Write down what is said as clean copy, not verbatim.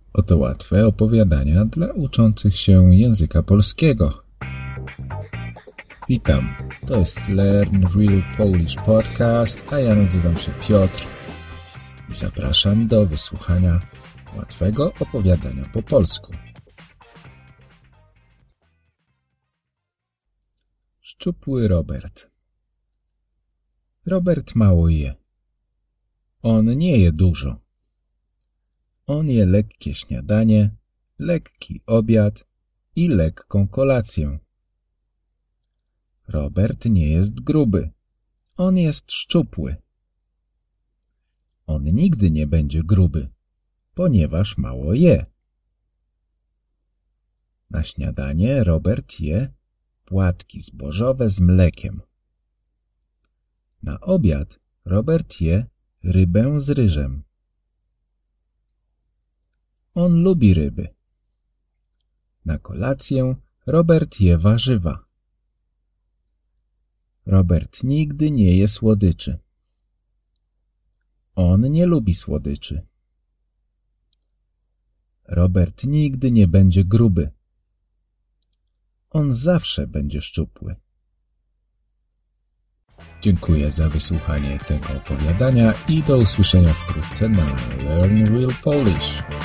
Oto łatwe opowiadania dla uczących się języka polskiego. Witam, to jest Learn Real Polish Podcast, a ja nazywam się Piotr i zapraszam do wysłuchania łatwego opowiadania po polsku. Szczupły Robert. Robert mało je. On nie je dużo. On je lekkie śniadanie, lekki obiad i lekką kolację. Robert nie jest gruby. On jest szczupły. On nigdy nie będzie gruby, ponieważ mało je. Na śniadanie Robert je płatki zbożowe z mlekiem. Na obiad Robert je rybę z ryżem. On lubi ryby. Na kolację Robert je warzywa. Robert nigdy nie je słodyczy. On nie lubi słodyczy. Robert nigdy nie będzie gruby. On zawsze będzie szczupły. Dziękuję za wysłuchanie tego opowiadania i do usłyszenia wkrótce na Learn Real Polish.